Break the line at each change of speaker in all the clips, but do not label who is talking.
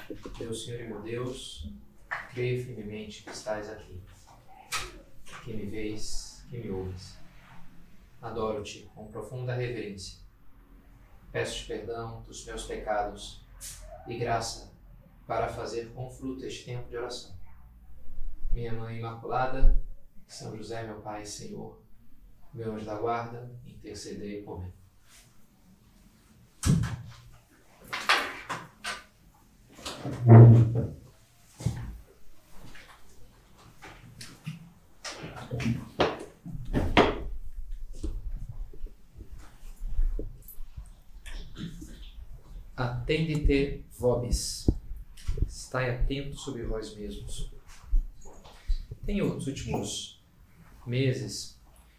Meu Senhor e meu Deus, creio firmemente que estás aqui, que me vês, que me ouves. Adoro-te com profunda reverência. Peço-te perdão dos meus pecados e graça para fazer com fruto este tempo de oração. Minha Mãe Imaculada, São José, meu Pai e Senhor, meu anjo da guarda, intercedei por mim. Attendite vobis. Estai atento sobre vós mesmos. Tenho, nos últimos meses,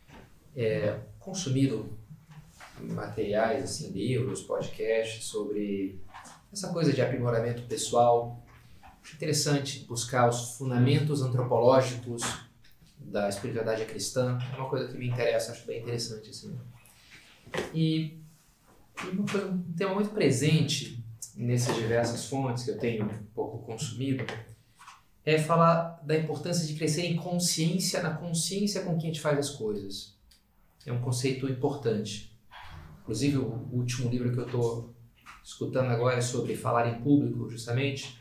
consumido materiais, assim, livros, podcasts sobre essa coisa de aprimoramento pessoal. Acho interessante buscar os fundamentos antropológicos da espiritualidade cristã. É uma coisa que me interessa, acho bem interessante, assim. E um tema muito presente nessas diversas fontes que eu tenho um pouco consumido é falar da importância de crescer em consciência, na consciência com que a gente faz as coisas. É um conceito importante. Inclusive, o último livro que eu estou escutando agora é sobre falar em público, justamente,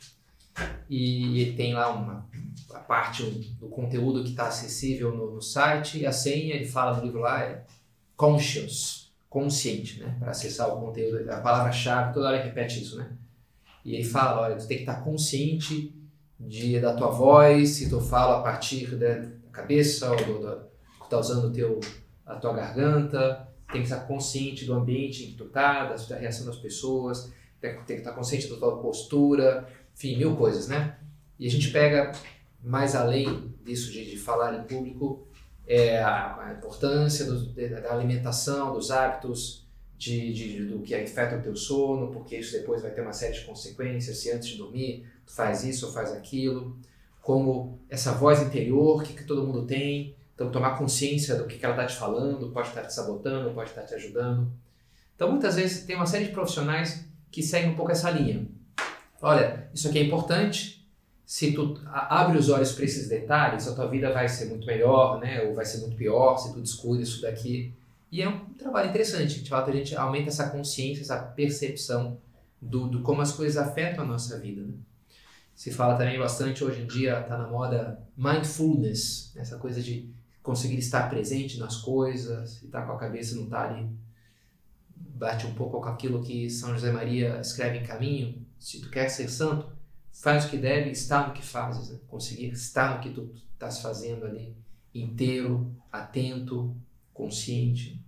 e ele tem lá a parte do conteúdo que está acessível no site, e a senha, ele fala no livro lá, é conscious, consciente, né? Para acessar o conteúdo, a palavra-chave, toda hora ele repete isso, né? E ele fala, olha, tu tem que estar consciente da tua voz, se tu fala a partir da cabeça, ou tu está usando a tua garganta, tem que estar consciente do ambiente em que tu está, da reação das pessoas, tem que estar consciente da tua postura, enfim, mil coisas, né? E a gente pega mais além disso de falar em público, a importância da alimentação, dos hábitos, do que afeta o teu sono, porque isso depois vai ter uma série de consequências, se antes de dormir tu faz isso ou faz aquilo, como essa voz interior que todo mundo tem, então tomar consciência do que ela está te falando, pode estar te sabotando, pode estar te ajudando. Então muitas vezes tem uma série de profissionais que seguem um pouco essa linha. Olha, isso aqui é importante, se tu abre os olhos para esses detalhes, a tua vida vai ser muito melhor, né? Ou vai ser muito pior se tu descuida isso daqui. E é um trabalho interessante, que a gente aumenta essa consciência, essa percepção do como as coisas afetam a nossa vida, né? Se fala também bastante, hoje em dia está na moda mindfulness, essa coisa de conseguir estar presente nas coisas, e estar com a cabeça não tá ali, bate um pouco com aquilo que São José Maria escreve em Caminho, se tu quer ser santo, faz o que deve, está no que fazes, né? Conseguir estar no que tu estás fazendo ali, inteiro, atento, consciente.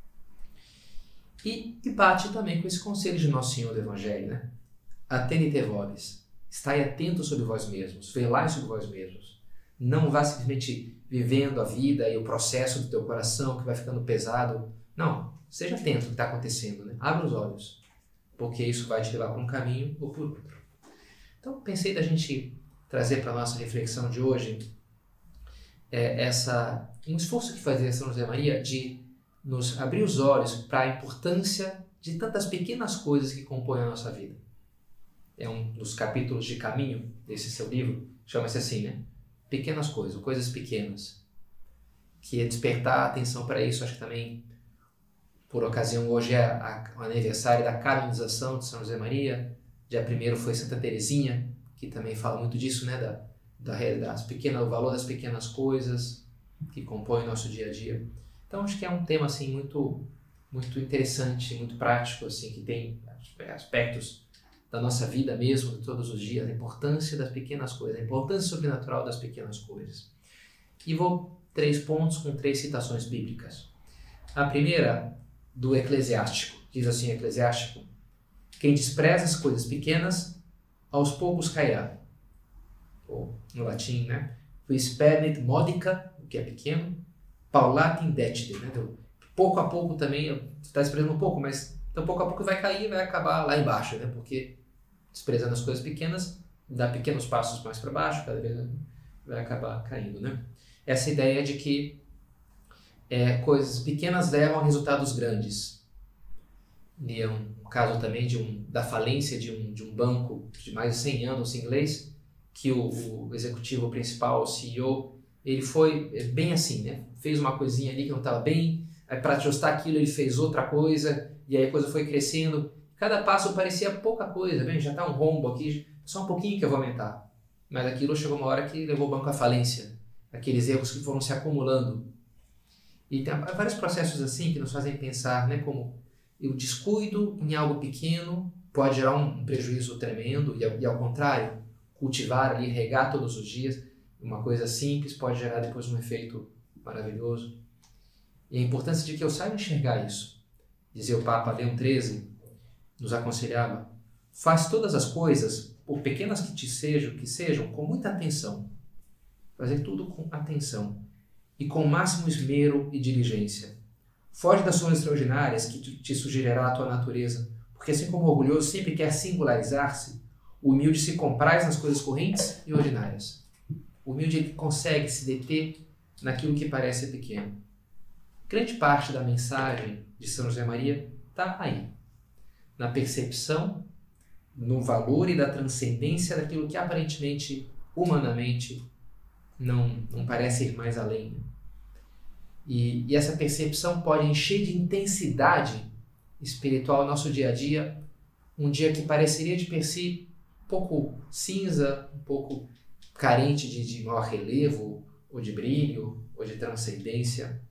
E bate também com esse conselho de Nosso Senhor do Evangelho, né? Attendite vobis. Estai atento sobre vós mesmos, velai sobre vós mesmos. Não vá simplesmente vivendo a vida e o processo do teu coração que vai ficando pesado. Não, seja atento ao que está acontecendo, né? Abra os olhos, porque isso vai te levar por um caminho ou por outro. Então, pensei da gente trazer para a nossa reflexão de hoje um esforço que fazia São José Maria de nos abrir os olhos para a importância de tantas pequenas coisas que compõem a nossa vida. É um dos capítulos de Caminho desse seu livro, chama-se assim, né? Pequenas coisas, coisas pequenas. Que é despertar a atenção para isso. Acho que também, por ocasião, hoje é o aniversário da canonização de São José Maria. Dia 1º foi Santa Teresinha, que também fala muito disso, né? O valor das pequenas coisas que compõem o nosso dia a dia. Então, acho que é um tema assim, muito, muito interessante, muito prático, assim, que tem aspectos da nossa vida mesmo, de todos os dias, a importância das pequenas coisas, a importância sobrenatural das pequenas coisas. E vou 3 pontos com 3 citações bíblicas. A primeira, do Eclesiástico, diz assim, Eclesiástico: quem despreza as coisas pequenas, aos poucos cairá. Ou, no latim, né? Quis pernet modica, o que é pequeno, paulatim decide, né? Então, pouco a pouco também, você está desprezando um pouco, mas então pouco a pouco vai cair e vai acabar lá embaixo, né? Porque desprezando as coisas pequenas, dá pequenos passos mais para baixo, cada vez vai acabar caindo, né? Essa ideia de que coisas pequenas levam a resultados grandes. E é um caso também da falência de um banco de mais de 100 anos inglês, que o executivo principal, o CEO, ele foi bem assim, né? Fez uma coisinha ali que não estava bem, para ajustar aquilo ele fez outra coisa, e aí a coisa foi crescendo. Cada passo parecia pouca coisa, bem, já está um rombo aqui, só um pouquinho que eu vou aumentar. Mas aquilo chegou uma hora que levou o banco à falência, aqueles erros que foram se acumulando. E tem vários processos assim que nos fazem pensar, né, como o descuido em algo pequeno pode gerar um prejuízo tremendo, e ao contrário, cultivar ali, regar todos os dias, uma coisa simples pode gerar depois um efeito maravilhoso. E a importância de que eu saiba enxergar isso. Dizia o Papa Leão XIII, nos aconselhava, faz todas as coisas, por pequenas que sejam, com muita atenção. Fazer tudo com atenção e com o máximo esmero e diligência. Foge das sombras extraordinárias que te sugerirá a tua natureza, porque assim como o orgulhoso sempre quer singularizar-se, o humilde se compraz nas coisas correntes e ordinárias. O humilde ele consegue se deter naquilo que parece pequeno. Grande parte da mensagem de São José Maria está aí, na percepção, no valor e da transcendência daquilo que aparentemente, humanamente, não parece ir mais além. E essa percepção pode encher de intensidade espiritual o nosso dia a dia, um dia que pareceria de per si um pouco cinza, um pouco carente de maior relevo, ou de brilho, ou de transcendência.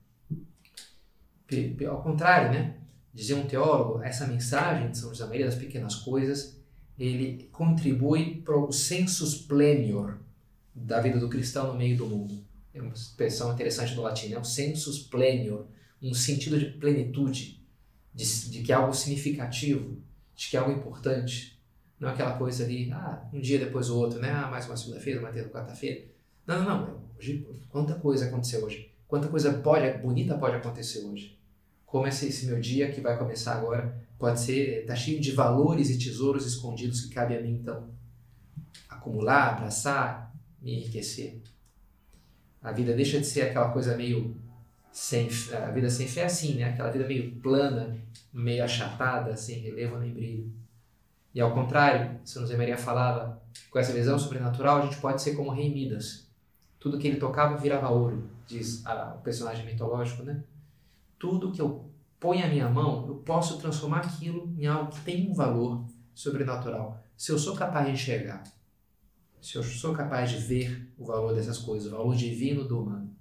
Ao contrário, né? Dizia um teólogo, essa mensagem de São José Maria das pequenas coisas, ele contribui para o sensus plenior da vida do cristão no meio do mundo. É uma expressão interessante do latim, né? O sensus plenior, um sentido de plenitude, de que é algo significativo, de que é algo importante. Não é aquela coisa ali, um dia depois o outro, né? Mais uma segunda-feira, uma terça, quarta-feira. Não. Hoje, quanta coisa aconteceu hoje. Quanta coisa bonita pode acontecer hoje. Como esse meu dia que vai começar agora pode ser, está cheio de valores e tesouros escondidos que cabe a mim, então, acumular, abraçar, me enriquecer. A vida deixa de ser aquela coisa meio a vida sem fé é assim, né? Aquela vida meio plana, meio achatada, sem relevo nem brilho. E ao contrário, São José Maria falava, com essa visão sobrenatural, a gente pode ser como o rei Midas. Tudo que ele tocava virava ouro, diz o personagem mitológico, né? Tudo que eu ponho a minha mão, eu posso transformar aquilo em algo que tem um valor sobrenatural. Se eu sou capaz de enxergar, se eu sou capaz de ver o valor dessas coisas, o valor divino do humano.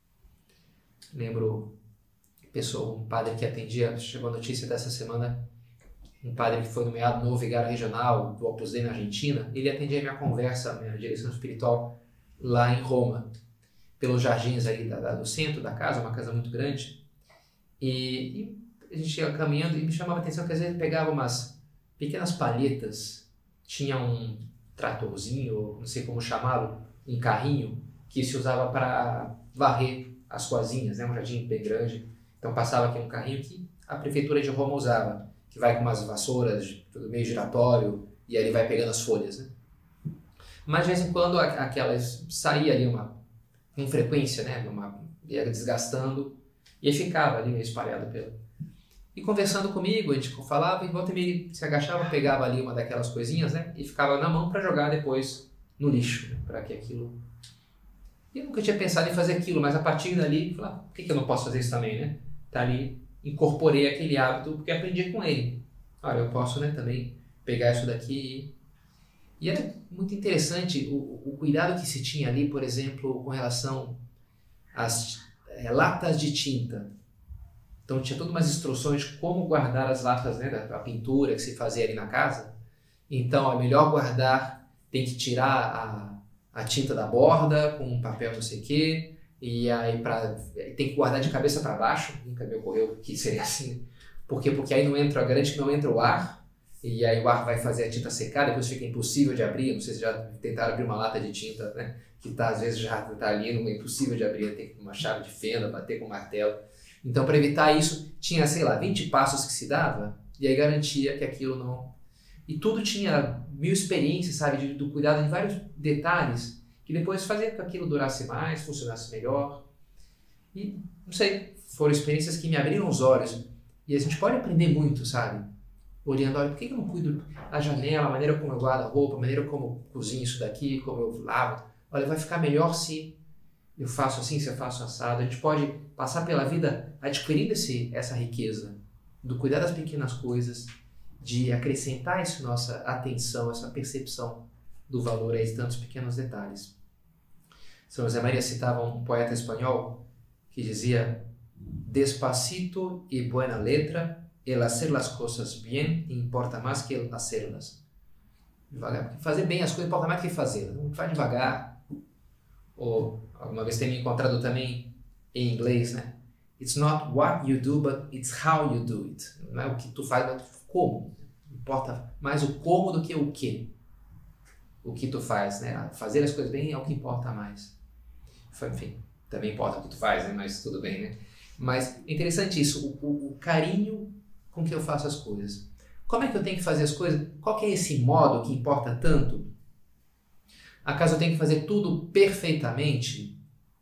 Lembro um padre que atendia, chegou a notícia dessa semana, um padre que foi nomeado novo vigário regional do Opus Dei na Argentina, ele atendia a minha conversa, a minha direção espiritual lá em Roma, pelos jardins ali do centro da casa, uma casa muito grande. E a gente ia caminhando e me chamava a atenção que às vezes ele pegava umas pequenas palhetas, tinha um tratorzinho, não sei como chamá-lo, um carrinho que se usava para varrer as ruazinhas, né? Um jardim bem grande. Então passava aqui um carrinho que a prefeitura de Roma usava, que vai com umas vassouras, tudo meio giratório, e aí ele vai pegando as folhas, né? Mas de vez em quando aquelas saía ali com frequência, né? Ia desgastando, e aí ficava ali meio espalhado E conversando comigo, a gente falava, e volta e meia ele se agachava, pegava ali uma daquelas coisinhas, né? E ficava na mão para jogar depois no lixo, né? Para que aquilo... Eu nunca tinha pensado em fazer aquilo, mas a partir dali, falei, por que eu não posso fazer isso também, né? Tá ali, incorporei aquele hábito porque aprendi com ele. Olha, eu posso, né, também pegar isso daqui e era muito interessante o cuidado que se tinha ali, por exemplo, com relação às latas de tinta. Então tinha todas umas instruções de como guardar as latas, né, da pintura que se fazia ali na casa. Então é melhor guardar, tem que tirar a tinta da borda com um papel não sei o quê, e aí tem que guardar de cabeça para baixo, nunca me ocorreu que seria assim. Por quê? Porque aí garante que não entra o ar, e aí o ar vai fazer a tinta secar, depois fica impossível de abrir. Não sei se já tentaram abrir uma lata de tinta, né, que às vezes já está ali, não é impossível de abrir, tem uma chave de fenda, bater com um martelo. Então, para evitar isso, tinha, 20 passos que se dava, e aí garantia que aquilo não... E tudo tinha 1000 experiências, sabe, do cuidado de vários detalhes, que depois fazia com que aquilo durasse mais, funcionasse melhor. E, não sei, foram experiências que me abriram os olhos. E a gente pode aprender muito, sabe? olhando, olha, por que eu não cuido da janela, a maneira como eu guardo a roupa, a maneira como eu cozinho isso daqui, como eu lavo. Olha, vai ficar melhor se eu faço assim, se eu faço assado. A gente pode passar pela vida adquirindo essa riqueza do cuidar das pequenas coisas, de acrescentar essa nossa atenção, essa percepção do valor aí de tantos pequenos detalhes. São José Maria citava um poeta espanhol que dizia: despacito y buena letra, el hacer las cosas bien importa más que el hacerlas. Fazer bem as coisas importa mais que fazê-las. Não vai devagar. Ou alguma vez tem me encontrado também em inglês, né? It's not what you do, but it's how you do it. Não é o que tu faz, mas como. Importa mais o como do que o que. O que tu faz, né? Fazer as coisas bem é o que importa mais. Enfim, também importa o que tu faz, né? Mas tudo bem, né? Mas é interessante isso, o carinho com que eu faço as coisas. Como é que eu tenho que fazer as coisas? Qual que é esse modo que importa tanto? Acaso eu tenho que fazer tudo perfeitamente?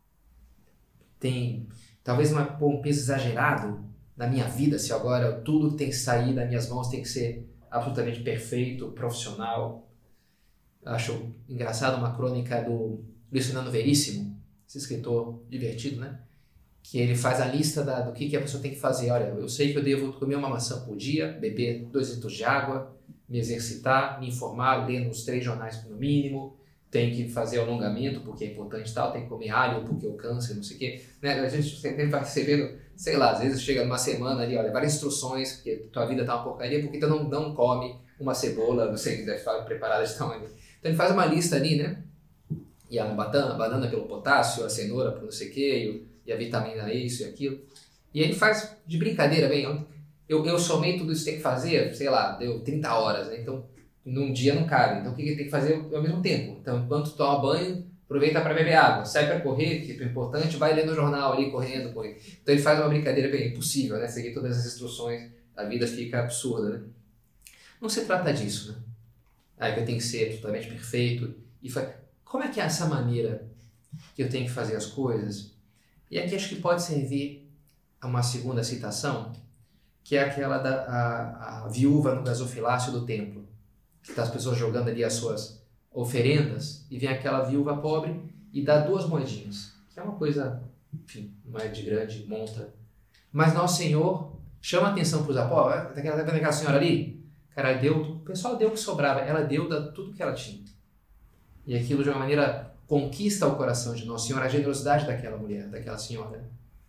Tem talvez um peso exagerado na minha vida, se agora tudo que tem que sair das minhas mãos tem que ser absolutamente perfeito, profissional. Acho engraçado uma crônica do Luiz Fernando Veríssimo, esse escritor divertido, né? Que ele faz a lista do que a pessoa tem que fazer. Olha, eu sei que eu devo comer uma maçã por dia, beber 2 litros de água, me exercitar, me informar, ler uns 3 jornais no mínimo, tem que fazer alongamento porque é importante e tal, tem que comer alho porque o câncer, não sei o quê. Né? A gente sempre vai recebendo, sei lá, às vezes chega numa semana ali, olha, várias instruções, porque tua vida tá uma porcaria, porque tu não come uma cebola, não sei, deve estar preparada de tamanho. Então ele faz uma lista ali, né? E a banana pelo potássio, a cenoura por não sei o quê, e a vitamina isso e aquilo. E ele faz de brincadeira, bem, eu somei tudo isso que tem que fazer, sei lá, deu 30 horas, né? Então num dia não cabe. Então o que tem que fazer ao mesmo tempo? Então enquanto tu toma banho, aproveita para beber água, sai para correr, que é importante, vai ler no jornal ali, correndo. Então ele faz uma brincadeira bem impossível, né? Seguir todas as instruções, a vida fica absurda, né? Não se trata disso, né? Aí que eu tenho que ser totalmente perfeito. Como é que é essa maneira que eu tenho que fazer as coisas? E aqui acho que pode servir a uma segunda citação, que é aquela da a viúva no gasofilácio do templo. Que tá as pessoas jogando ali as suas oferendas e vem aquela viúva pobre e dá 2 moedinhas. Que é uma coisa, enfim, não é de grande monta. Mas Nosso Senhor chama a atenção para os apóstolos. Tá vendo aquela senhora ali? Cara, o pessoal deu o que sobrava. Ela deu tudo que ela tinha. E aquilo de uma maneira conquista o coração de Nosso Senhor, a generosidade daquela mulher, daquela senhora.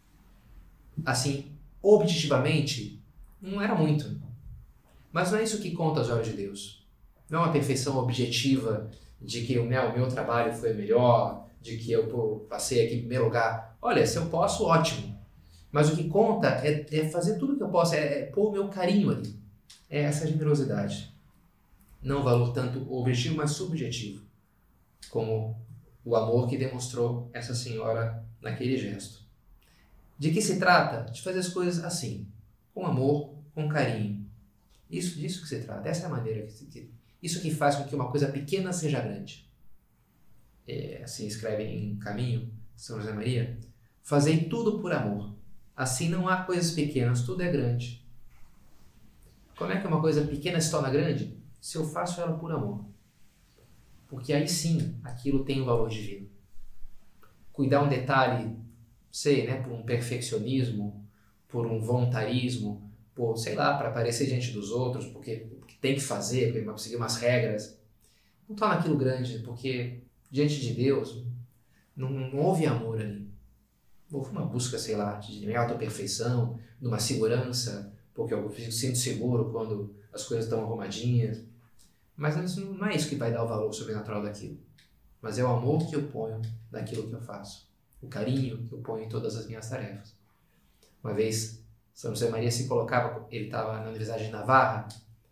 Assim, objetivamente, não era muito. Mas não é isso que conta aos olhos de Deus. Não é uma perfeição objetiva de que o meu trabalho foi melhor, de que eu passei aqui em primeiro lugar. Olha, se eu posso, ótimo. Mas o que conta é fazer tudo o que eu posso, é pôr o meu carinho ali. É essa generosidade. Não um valor tanto objetivo, mas subjetivo. Como o amor que demonstrou essa senhora naquele gesto. De que se trata? De fazer as coisas assim, com amor, com carinho. Disso que se trata. Essa é a maneira isso que faz com que uma coisa pequena seja grande. Assim escreve em Caminho, São José Maria. Fazei tudo por amor. Assim não há coisas pequenas, tudo é grande. Como é que uma coisa pequena se torna grande? Se eu faço ela por amor. Porque aí sim, aquilo tem um valor divino. Cuidar um detalhe, sei, né, por um perfeccionismo, por um voluntarismo, por, sei lá, para aparecer diante dos outros, porque tem que fazer, porque seguir umas regras. Não torna aquilo grande, porque diante de Deus não houve amor ali. Houve uma busca, sei lá, de autoperfeição, de uma segurança, porque eu sinto seguro quando as coisas estão arrumadinhas. Mas não é isso que vai dar o valor sobrenatural daquilo. Mas é o amor que eu ponho naquilo que eu faço. O carinho que eu ponho em todas as minhas tarefas. Uma vez, São José Maria se colocava, ele estava na Universidade de Navarra,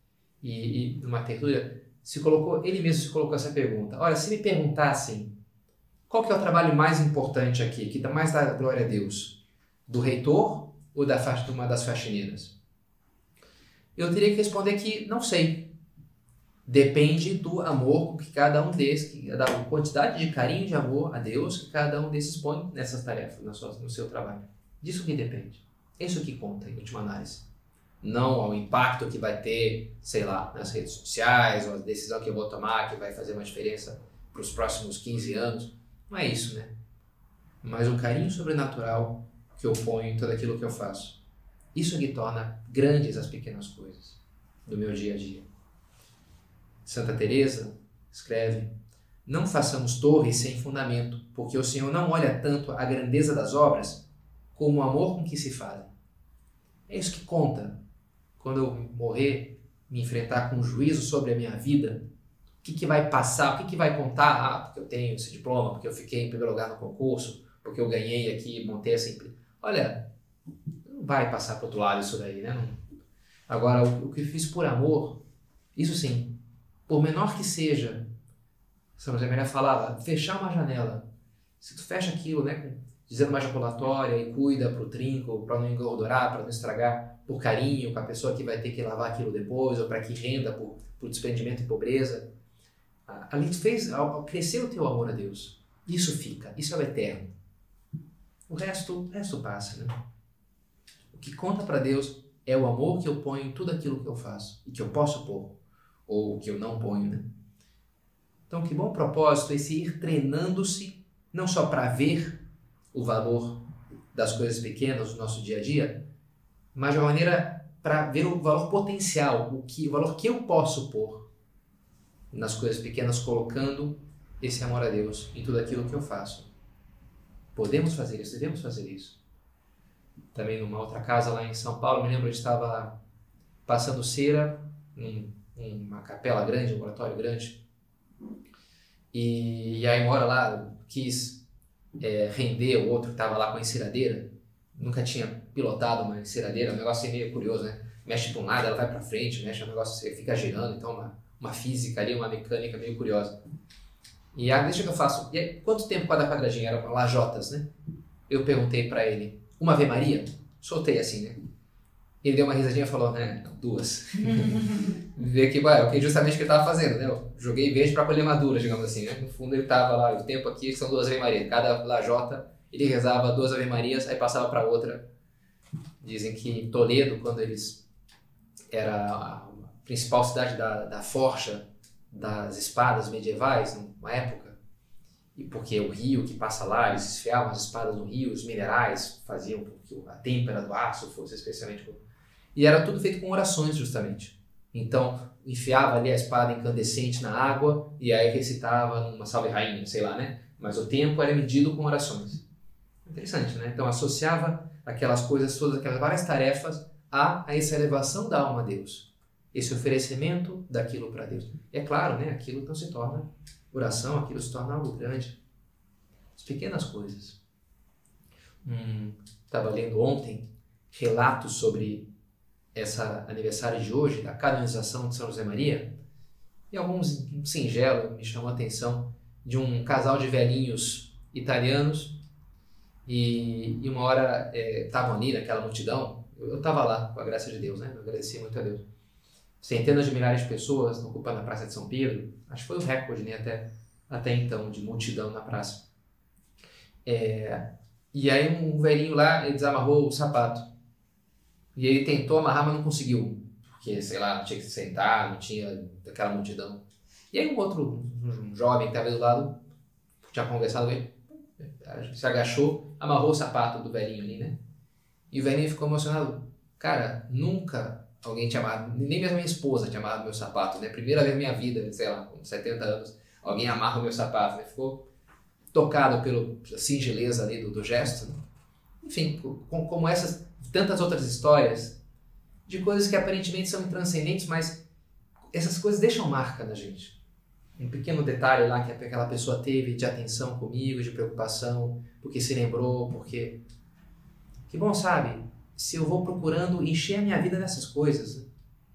e numa tertúlia, ele mesmo se colocou essa pergunta. Olha, se me perguntassem qual que é o trabalho mais importante aqui, que mais dá glória a Deus, do reitor ou de uma das faxineiras? Eu teria que responder que não sei. Depende do amor que cada um desses, da quantidade de carinho de amor a Deus que cada um desses põe nessas tarefas, no seu trabalho. Disso que depende. É isso que conta, em última análise. não ao impacto que vai ter, sei lá, nas redes sociais, ou a decisão que eu vou tomar que vai fazer uma diferença para os próximos 15 anos. Não é isso, né? Mas um carinho sobrenatural que eu ponho em tudo aquilo que eu faço. Isso que torna grandes as pequenas coisas do meu dia a dia. Santa Teresa escreve: não façamos torres sem fundamento, porque o Senhor não olha tanto a grandeza das obras como o amor com que se fazem. É isso que conta. Quando eu morrer, me enfrentar com um juízo sobre a minha vida, o que vai passar, o que vai contar? Ah, porque eu tenho esse diploma, porque eu fiquei em primeiro lugar no concurso, porque eu ganhei aqui, montei essa empresa. Olha, não vai passar para o outro lado isso daí, né? Agora, o que eu fiz por amor, isso sim, por menor que seja, São José Maria falava, fechar uma janela. Se tu fecha aquilo, né, dizendo uma ejaculatória e cuida para o trinco, para não engordurar, para não estragar, por carinho com a pessoa que vai ter que lavar aquilo depois, ou para que renda por desprendimento e pobreza. Ali tu fez, cresceu o teu amor a Deus. Isso fica, isso é o eterno. O resto passa, né? O que conta para Deus é o amor que eu ponho em tudo aquilo que eu faço e que eu posso pôr, ou que eu não ponho, né? Então, que bom propósito esse ir treinando-se, não só para ver o valor das coisas pequenas do nosso dia a dia, mas de uma maneira para ver o valor potencial, o valor que eu posso pôr nas coisas pequenas, colocando esse amor a Deus em tudo aquilo que eu faço. Podemos fazer isso, devemos fazer isso. Também numa outra casa lá em São Paulo, me lembro, eu estava passando cera uma capela grande, um oratório grande, e aí uma hora lá quis render o outro que estava lá com a enceradeira. Nunca tinha pilotado uma enceradeira, um negócio meio curioso, né? Mexe para um lado, ela vai para frente, mexe, o negócio fica girando, então uma física ali, uma mecânica meio curiosa. E aí, deixa que eu faço. E aí, quanto tempo cada quadradinho? Era lajotas, né? Eu perguntei para ele, uma Ave Maria? Soltei assim, né? Ele deu uma risadinha e falou, né? Duas. Vê que, justamente o que ele estava fazendo, né? Eu joguei verde para colher madura, digamos assim, né? No fundo ele estava lá, o tempo aqui são duas Ave Maria. Cada lajota ele rezava duas Ave Marias, aí passava para outra. Dizem que em Toledo, quando eles... Era a principal cidade da forja das espadas medievais, numa época, e porque o rio que passa lá, eles esfriavam as espadas no rio, os minerais faziam com que a têmpera do aço fosse especialmente... E era tudo feito com orações, justamente. Então, enfiava ali a espada incandescente na água e aí recitava numa salve rainha, sei lá, né? Mas o tempo era medido com orações. Interessante, né? Então, associava aquelas coisas todas, aquelas várias tarefas a essa elevação da alma a Deus. Esse oferecimento daquilo para Deus. E é claro, né? Aquilo então se torna oração, aquilo se torna algo grande. As pequenas coisas. Estava lendo ontem relatos sobre esse aniversário de hoje, da canonização de São José Maria, e alguns singelos me chamam a atenção de um casal de velhinhos italianos, e uma hora estavam ali naquela multidão, eu estava lá, com a graça de Deus, né? Eu agradeci muito a Deus. Centenas de milhares de pessoas ocupando a Praça de São Pedro, acho que foi o recorde, né? Até então, de multidão na praça. E aí um velhinho lá, ele desamarrou o sapato. E ele tentou amarrar, mas não conseguiu. Porque, sei lá, não tinha que se sentar, não tinha aquela multidão. E aí um jovem que estava do lado, tinha conversado com ele, se agachou, amarrou o sapato do velhinho ali, né? E o velhinho ficou emocionado. Cara, nunca alguém tinha amarrado, nem mesmo minha esposa tinha amarrado meu sapato, né? Primeira vez na minha vida, sei lá, com 70 anos, alguém amarra o meu sapato, né? Ficou tocado pela singeleza ali do gesto, né? Enfim, como essas tantas outras histórias de coisas que aparentemente são intranscendentes, mas essas coisas deixam marca na gente. Um pequeno detalhe lá que aquela pessoa teve de atenção comigo, de preocupação, porque se lembrou, porque... Que bom, sabe? Se eu vou procurando encher a minha vida dessas coisas.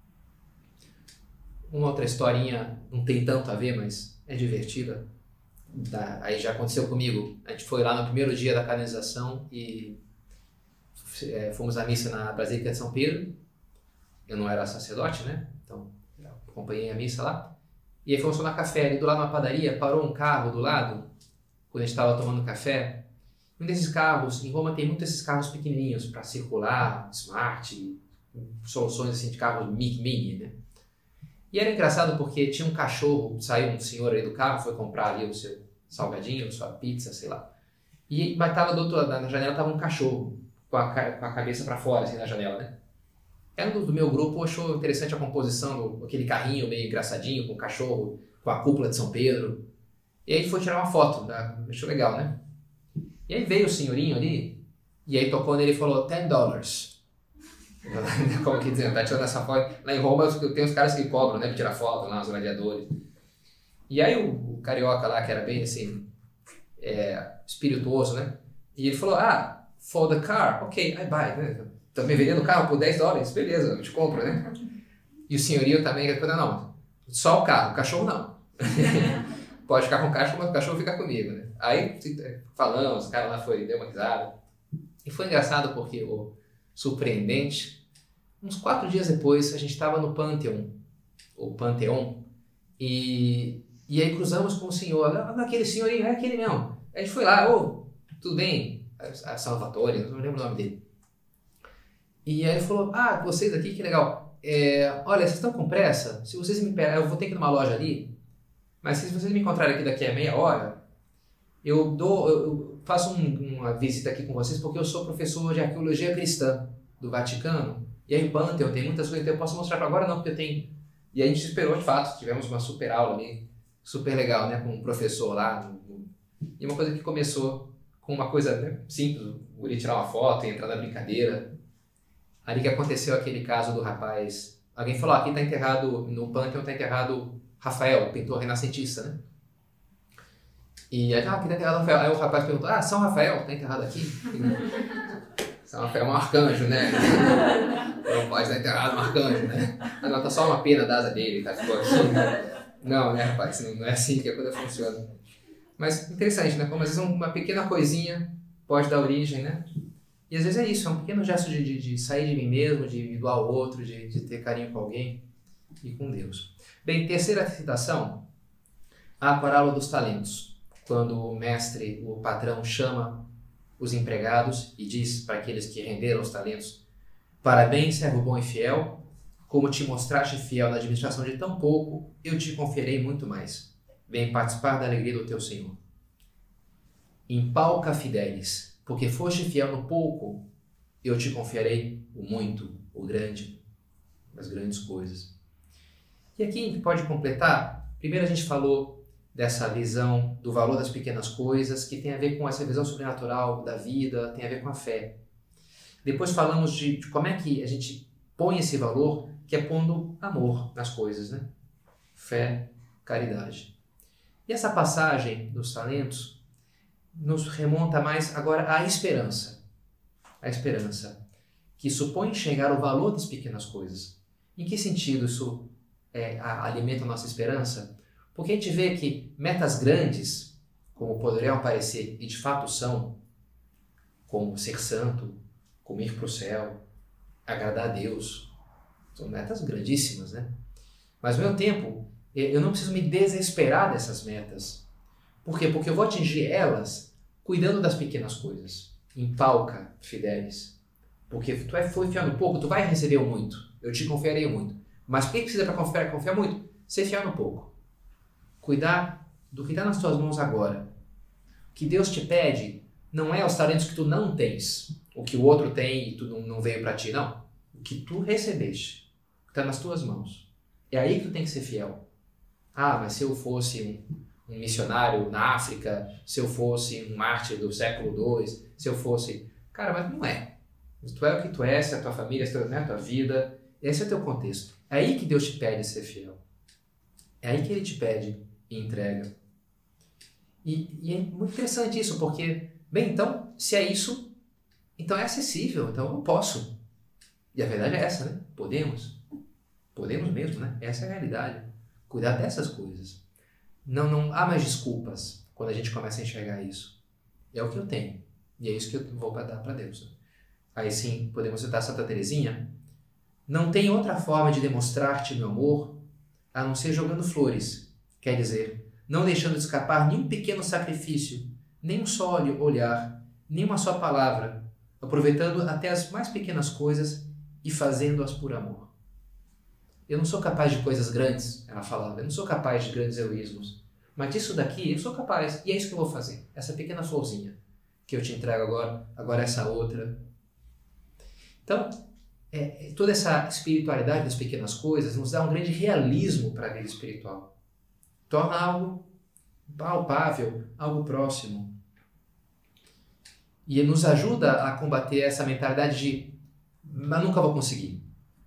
Uma outra historinha, não tem tanto a ver, mas é divertida. Aí já aconteceu comigo. A gente foi lá no primeiro dia da canonização e fomos à missa na Basílica de São Pedro. Eu não era sacerdote, né? Então, acompanhei a missa lá. E aí fomos tomar café. Ali do lado de uma padaria, parou um carro do lado, quando a gente estava tomando café. Um desses carros, em Roma tem muitos esses carros pequenininhos para circular, smart, soluções assim, de carros mini, né? E era engraçado porque tinha um cachorro, saiu um senhor aí do carro, foi comprar ali o seu salgadinho, sua pizza, sei lá. Mas tava do outro lado, na janela tava um cachorro, com a cabeça para fora, assim, na janela, né? Um do meu grupo achou interessante a composição aquele carrinho meio engraçadinho, com o cachorro, com a cúpula de São Pedro. E aí foi tirar uma foto, né? Achou legal, né? E aí veio o senhorinho ali, e aí tocou nele e falou, $10. Como que dizendo, tá tirando essa foto? Lá em Roma tem os caras que cobram, né, pra tirar foto lá, os gladiadores. E aí o carioca lá, que era bem assim, espirituoso, né? E ele falou, for the car, ok, I buy, né? Também vendendo o carro por $10, beleza, eu te compro, né? E o senhorio também, não, só o carro, o cachorro não. Pode ficar com o cachorro, mas o cachorro fica comigo, né? Aí falamos, o cara lá deu uma risada. E foi engraçado porque surpreendente, uns 4 dias depois a gente estava no Pantheon, e aí cruzamos com o senhor, aquele senhorinho, é aquele mesmo. A gente foi lá, tudo bem, a Salvatore, não lembro o nome dele. E aí ele falou, vocês aqui, que legal, olha, vocês estão com pressa? Se vocês me pegarem, eu vou ter que ir numa loja ali, mas se vocês me encontrarem aqui daqui a meia hora, eu faço uma visita aqui com vocês porque eu sou professor de arqueologia cristã do Vaticano, e aí o Pantheon tem muitas coisas, então eu posso mostrar para agora não, porque eu tenho... E aí a gente esperou de fato, tivemos uma super aula ali, super legal, né, com um professor lá, e uma coisa que começou com uma coisa, né, simples, o guri tirar uma foto e entrar na brincadeira. Ali que aconteceu aquele caso do rapaz, alguém falou, aqui está enterrado, no Pantheon está enterrado Rafael, pintor renascentista, né? E aí, aqui está enterrado Rafael. Aí o rapaz perguntou, São Rafael está enterrado aqui? São Rafael é um arcanjo, né? Não pode estar enterrado um arcanjo, né? Não, tá só uma pena da asa dele, tá? Tipo assim. Não, né, rapaz? Não é assim que a coisa funciona. Mas interessante, né? Como às vezes uma pequena coisinha pode dar origem, né? E às vezes é isso, é um pequeno gesto de sair de mim mesmo, de me doar ao outro, de ter carinho com alguém e com Deus. Bem, terceira citação, a parábola dos talentos. Quando o mestre, o patrão, chama os empregados e diz para aqueles que renderam os talentos, parabéns, servo bom e fiel, como te mostraste fiel na administração de tão pouco, eu te conferei muito mais. Vem participar da alegria do teu Senhor. Empalca fidelis, porque foste fiel no pouco, eu te confiarei o muito, o grande, as grandes coisas. E aqui a gente pode completar. Primeiro a gente falou dessa visão do valor das pequenas coisas, que tem a ver com essa visão sobrenatural da vida, tem a ver com a fé. Depois falamos de como é que a gente põe esse valor, que é pondo amor nas coisas, né? Fé, caridade. E essa passagem dos talentos nos remonta mais agora à esperança. A esperança, que supõe enxergar o valor das pequenas coisas. Em que sentido isso alimenta a nossa esperança? Porque a gente vê que metas grandes, como poderiam parecer, e de fato são, como ser santo, como ir para o céu, agradar a Deus, são metas grandíssimas, né? Mas ao mesmo tempo, eu não preciso me desesperar dessas metas. Por quê? Porque eu vou atingir elas cuidando das pequenas coisas. Empalca, fidelis. Porque tu foi fiel no pouco, tu vai receber o muito. Eu te confiarei o muito. Mas o que precisa para confiar muito? Ser fiel no pouco. Cuidar do que está nas tuas mãos agora. O que Deus te pede não é os talentos que tu não tens, o que o outro tem e tu não veio para ti, não. O que tu recebeste, que está nas tuas mãos. É aí que tu tem que ser fiel. Mas se eu fosse um missionário na África, se eu fosse um mártir do século II, se eu fosse... Cara, mas não é. Tu é o que tu é, se é a tua família, se é a tua vida, esse é o teu contexto. É aí que Deus te pede ser fiel. É aí que Ele te pede e entrega. E é muito interessante isso, porque, bem, então, se é isso, então é acessível, então eu posso. E a verdade é essa, né? Podemos. Podemos mesmo, né? Essa é a realidade. Cuidar dessas coisas. Não há mais desculpas quando a gente começa a enxergar isso. É o que eu tenho. E é isso que eu vou dar para Deus. Aí sim, podemos citar Santa Teresinha. Não tem outra forma de demonstrar-te meu amor a não ser jogando flores. Quer dizer, não deixando de escapar nenhum pequeno sacrifício, nem um só olhar, nem uma só palavra, aproveitando até as mais pequenas coisas e fazendo-as por amor. Eu não sou capaz de coisas grandes, ela falava, eu não sou capaz de grandes heroísmos, mas disso daqui eu sou capaz, e é isso que eu vou fazer, essa pequena florzinha que eu te entrego agora essa outra. Então, toda essa espiritualidade das pequenas coisas nos dá um grande realismo para a vida espiritual. Torna algo palpável, algo próximo. E nos ajuda a combater essa mentalidade de mas nunca vou conseguir.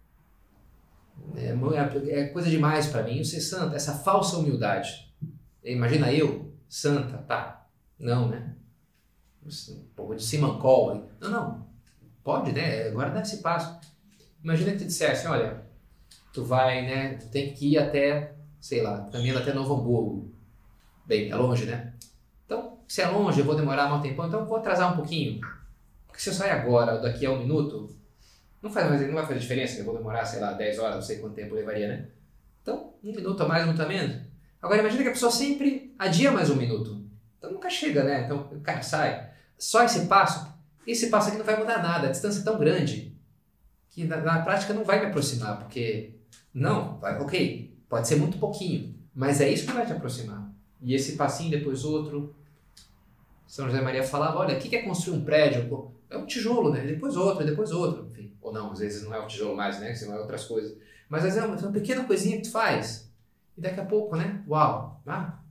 É coisa demais para mim eu ser santo, essa falsa humildade. Imagina eu, santa, tá? Não, né? Um pouco de simancol. Não, pode, né? Agora dá esse passo. Imagina que te dissesse, olha, tu vai, né? Tu tem que ir até, sei lá, caminhando até Novo Hamburgo. Bem, é longe, né? Então, se é longe, eu vou demorar mais um tempão, então eu vou atrasar um pouquinho. Porque se eu sair agora, daqui a 1 minuto, não vai fazer diferença, eu vou demorar, sei lá, 10 horas, não sei quanto tempo levaria, né? Então, 1 minuto a mais, 1 minuto a menos. Agora, imagina que a pessoa sempre adia mais 1 minuto. Então, nunca chega, né? Então, o cara sai. Só esse passo aqui não vai mudar nada. A distância é tão grande que na prática não vai me aproximar, porque, ok, pode ser muito pouquinho, mas é isso que vai te aproximar. E esse passinho, depois outro. São José Maria falava, olha, o que é construir um prédio? É um tijolo, né? Depois outro, enfim. Ou não, às vezes não é o tijolo mais, né? Senão é outras coisas. Mas às vezes é uma pequena coisinha que tu faz. E daqui a pouco, né? Uau!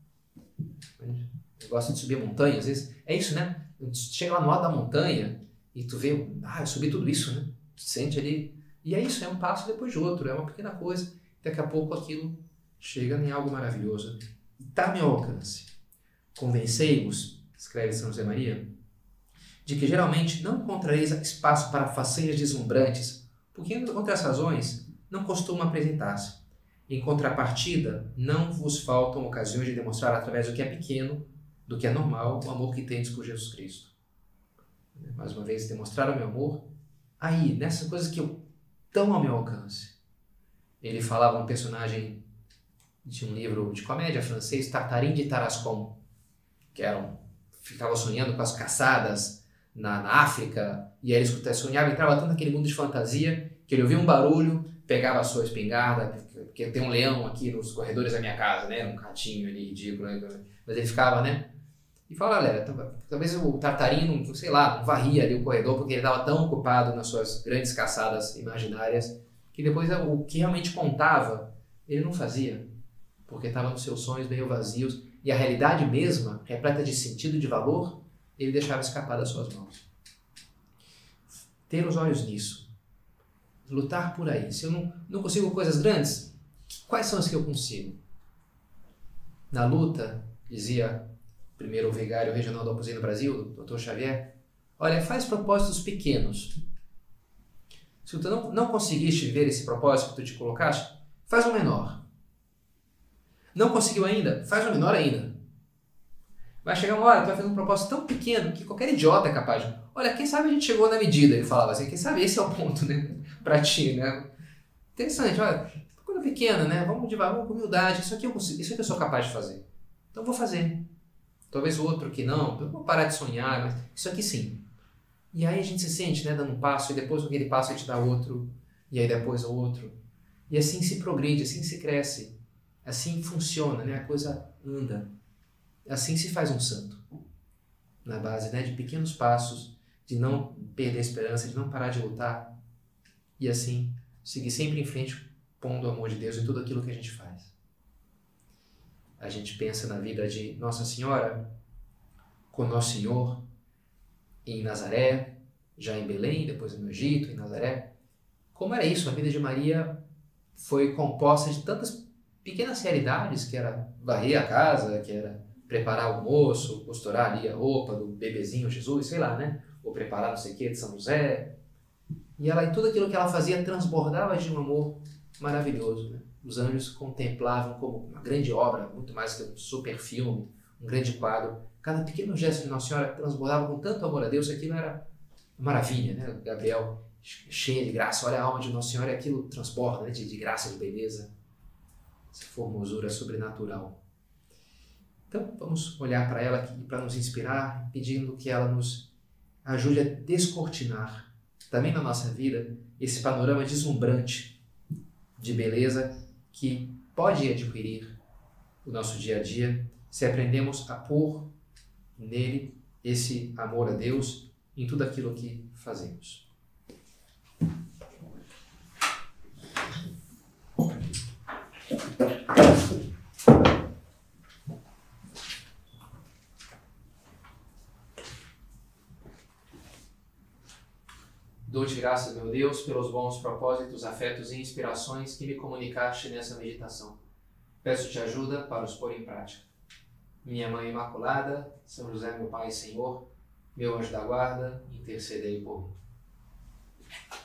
Eu gosto de subir a montanha, às vezes. É isso, né? Tu chega lá no alto da montanha e tu vê, eu subi tudo isso, né? Tu sente ali. E é isso, é um passo depois de outro. É uma pequena coisa. Daqui a pouco aquilo chega em algo maravilhoso. E está ao meu alcance. Convencei-vos, escreve São José Maria, de que geralmente não encontrareis espaço para façanhas deslumbrantes, porque, entre outras razões, não costuma apresentar-se. Em contrapartida, não vos faltam ocasiões de demonstrar através do que é pequeno, do que é normal, o amor que tendes por Jesus Cristo. Mais uma vez, demonstrar o meu amor aí, nessas coisas que estão ao meu alcance. Ele falava um personagem de um livro de comédia francês, Tartarin de Tarascon, que ficava sonhando com as caçadas na África, e aí ele sonhava, entrava tanto naquele mundo de fantasia, que ele ouvia um barulho, pegava a sua espingarda, porque tem um leão aqui nos corredores da minha casa, né, um ratinho ali ridículo, né? Mas ele ficava, né, e fala, olha, talvez o Tartarin, sei lá, não varria ali o corredor, porque ele estava tão ocupado nas suas grandes caçadas imaginárias, que depois o que realmente contava, ele não fazia, porque estava nos seus sonhos meio vazios, e a realidade mesma, repleta de sentido e de valor, ele deixava escapar das suas mãos. Ter os olhos nisso. Lutar por aí. Se eu não consigo coisas grandes, quais são as que eu consigo? Na luta, dizia primeiro o vigário regional da Opusina Brasil, o Dr. Xavier, olha, faz propósitos pequenos. Se tu não conseguiste viver esse propósito que tu te colocaste, faz um menor. Não conseguiu ainda? Faz um menor ainda. Vai chegar uma hora, tu vai fazer um propósito tão pequeno que qualquer idiota é capaz de... Olha, quem sabe a gente chegou na medida, ele falava assim, quem sabe esse é o ponto, né? Pra ti, né? Interessante, olha, coisa pequena, né? Vamos devagar, vamos com humildade, isso aqui eu consigo, isso aqui eu sou capaz de fazer. Então vou fazer. Talvez o outro que não, eu vou parar de sonhar, mas isso aqui sim. E aí a gente se sente, né, dando um passo, e depois aquele passo a gente dá outro, e aí depois o outro. E assim se progride, assim se cresce. Assim funciona, né? A coisa anda. Assim se faz um santo. Na base, né, de pequenos passos, de não perder a esperança, de não parar de lutar. E assim, seguir sempre em frente, pondo o amor de Deus em tudo aquilo que a gente faz. A gente pensa na vida de Nossa Senhora, com Nosso Senhor, em Nazaré, já em Belém, depois no Egito, em Nazaré. Como era isso? A vida de Maria foi composta de tantas pequenas realidades, que era varrer a casa, que era preparar o almoço, costurar ali a roupa do bebezinho Jesus, sei lá, né? Ou preparar não sei o que de São José. E ela, em tudo aquilo que ela fazia, transbordava de um amor maravilhoso, né? Os anjos contemplavam como uma grande obra, muito mais que um super filme, um grande quadro. Cada pequeno gesto de Nossa Senhora transbordava com tanto amor a Deus que aquilo era maravilha, né? Gabriel, cheio de graça, olha a alma de Nossa Senhora e aquilo transborda, né? de graça, de beleza. Essa formosura sobrenatural. Então, vamos olhar para ela aqui para nos inspirar, pedindo que ela nos ajude a descortinar, também na nossa vida, esse panorama deslumbrante de beleza que pode adquirir o nosso dia a dia se aprendemos a pôr nele esse amor a Deus em tudo aquilo que fazemos. Dou-te graças, meu Deus, pelos bons propósitos, afetos e inspirações que me comunicaste nessa meditação. Peço-te ajuda para os pôr em prática. Minha Mãe Imaculada, São José, meu Pai e Senhor, meu anjo da guarda, intercedei por mim.